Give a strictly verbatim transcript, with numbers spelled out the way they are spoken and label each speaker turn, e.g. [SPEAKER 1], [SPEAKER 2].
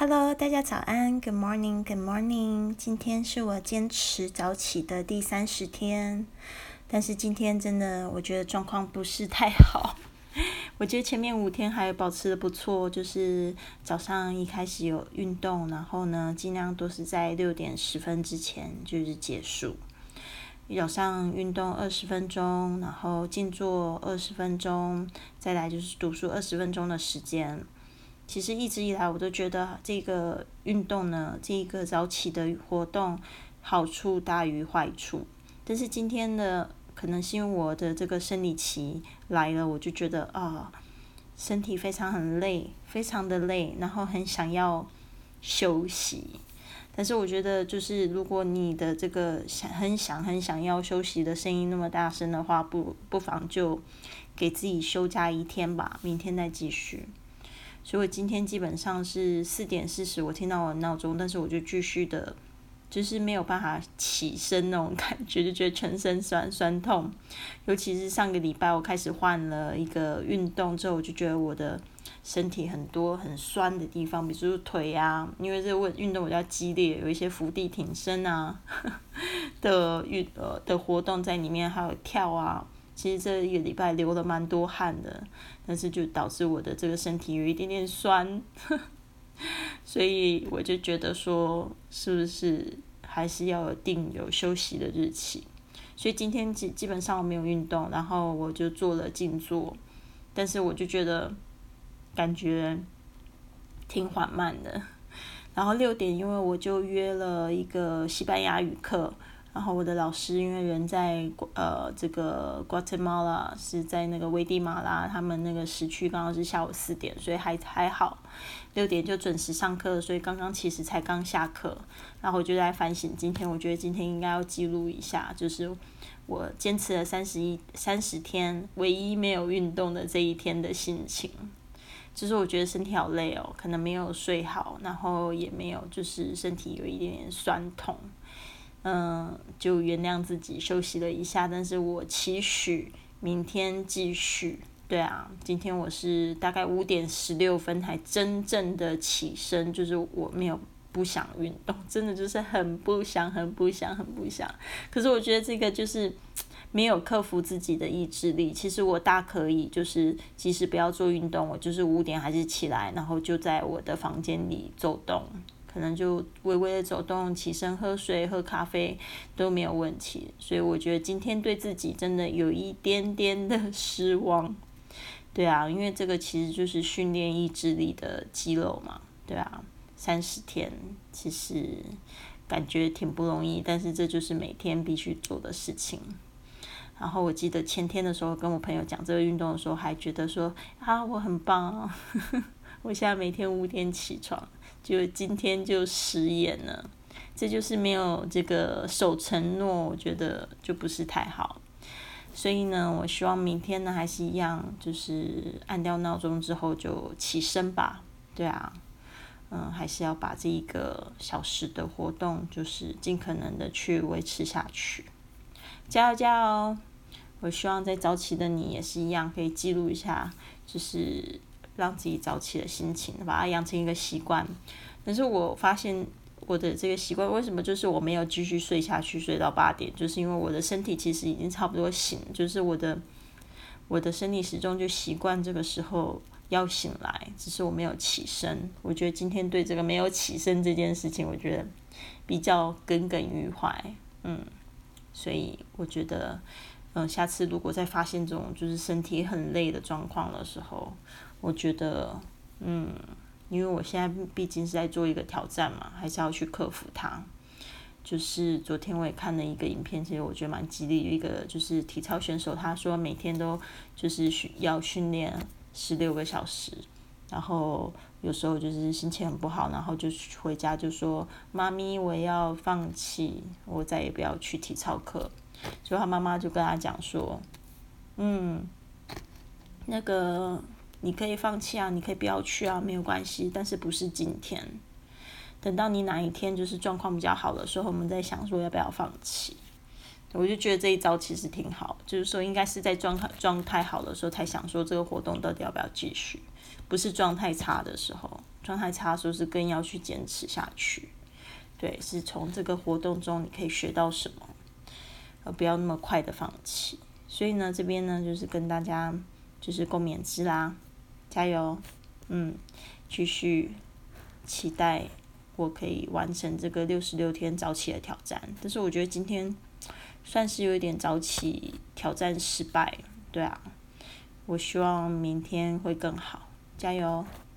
[SPEAKER 1] Hello，大家早安 ，Good morning，Good morning。今天是我坚持早起的第三十天，但是今天真的我觉得状况不是太好。我觉得前面五天还保持的不错，就是早上一开始有运动，然后呢尽量都是在六点十分之前就是结束。早上运动二十分钟，然后静坐二十分钟，再来就是读书二十分钟的时间。其实一直以来我都觉得这个运动呢，这个早起的活动好处大于坏处。但是今天的可能是因为我的这个生理期来了，我就觉得啊，身体非常很累，非常的累，然后很想要休息。但是我觉得就是如果你的这个想很想很想要休息的声音那么大声的话，不不妨就给自己休假一天吧，明天再继续。所以我今天基本上是四点四十我听到我的闹钟，但是我就继续的就是没有办法起身那种感觉，就觉得全身酸酸痛。尤其是上个礼拜我开始换了一个运动之后，我就觉得我的身体很多很酸的地方，比如说腿啊，因为这个运动比较激烈，有一些伏地挺身啊的运呃的活动在里面，还有跳啊。其实这一个礼拜流了蛮多汗的，但是就导致我的这个身体有一点点酸，所以我就觉得说，是不是还是要有定有休息的日期？所以今天基基本上我没有运动，然后我就做了静坐，但是我就觉得感觉挺缓慢的。然后六点，因为我就约了一个西班牙语课。然后我的老师因为人在呃这个 Guatemala 是在那个危地马拉，他们那个时区刚好是下午四点，所以还还好，六点就准时上课，所以刚刚其实才刚下课。然后我就在反省今天，我觉得今天应该要记录一下，就是我坚持了三十一三十天，唯一没有运动的这一天的心情。就是我觉得身体好累哦，可能没有睡好，然后也没有就是身体有一点点酸痛。嗯，就原谅自己休息了一下，但是我期许明天继续。对啊，今天我是大概五点十六分才真正的起身，就是我没有不想运动，真的就是很不想很不想很不想。可是我觉得这个就是没有克服自己的意志力。其实我大可以就是即使不要做运动，我就是五点还是起来，然后就在我的房间里走动。可能就微微的走动，起身喝水喝咖啡都没有问题。所以我觉得今天对自己真的有一点点的失望。对啊，因为这个其实就是训练意志力的肌肉嘛。对啊，三十天其实感觉挺不容易，但是这就是每天必须做的事情。然后我记得前天的时候跟我朋友讲这个运动的时候，还觉得说啊我很棒啊我现在每天五点起床，就今天就食言了。这就是没有这个守承诺，我觉得就不是太好。所以呢，我希望明天呢还是一样，就是按掉闹钟之后就起身吧。对啊，嗯，还是要把这一个小时的活动，就是尽可能的去维持下去。加油加油！我希望在早起的你也是一样，可以记录一下，就是让自己早起的心情，把它养成一个习惯。但是我发现我的这个习惯为什么就是我没有继续睡下去，睡到八点，就是因为我的身体其实已经差不多醒，就是我的我的身体始终就习惯这个时候要醒来，只是我没有起身。我觉得今天对这个没有起身这件事情，我觉得比较耿耿于怀。嗯，所以我觉得嗯，下次如果再发现这种就是身体很累的状况的时候，我觉得嗯，因为我现在毕竟是在做一个挑战嘛，还是要去克服它。就是昨天我也看了一个影片，其实我觉得蛮激励的，一个就是体操选手，他说每天都就是要训练十六个小时，然后有时候就是心情很不好，然后就回家就说妈咪我要放弃，我再也不要去体操课。所以他妈妈就跟他讲说嗯那个你可以放弃啊，你可以不要去啊，没有关系，但是不是今天，等到你哪一天就是状况比较好的时候，我们再想说要不要放弃。我就觉得这一招其实挺好，就是说应该是在状态状态好的时候才想说这个活动到底要不要继续，不是状态差的时候。 状态差的时候是更要去坚持下去。对，是从这个活动中你可以学到什么，而不要那么快的放弃。所以呢，这边呢就是跟大家就是共勉之啦，加油，嗯，继续期待我可以完成这个六十六天早起的挑战。但是我觉得今天算是有一点早起挑战失败，对啊，我希望明天会更好，加油。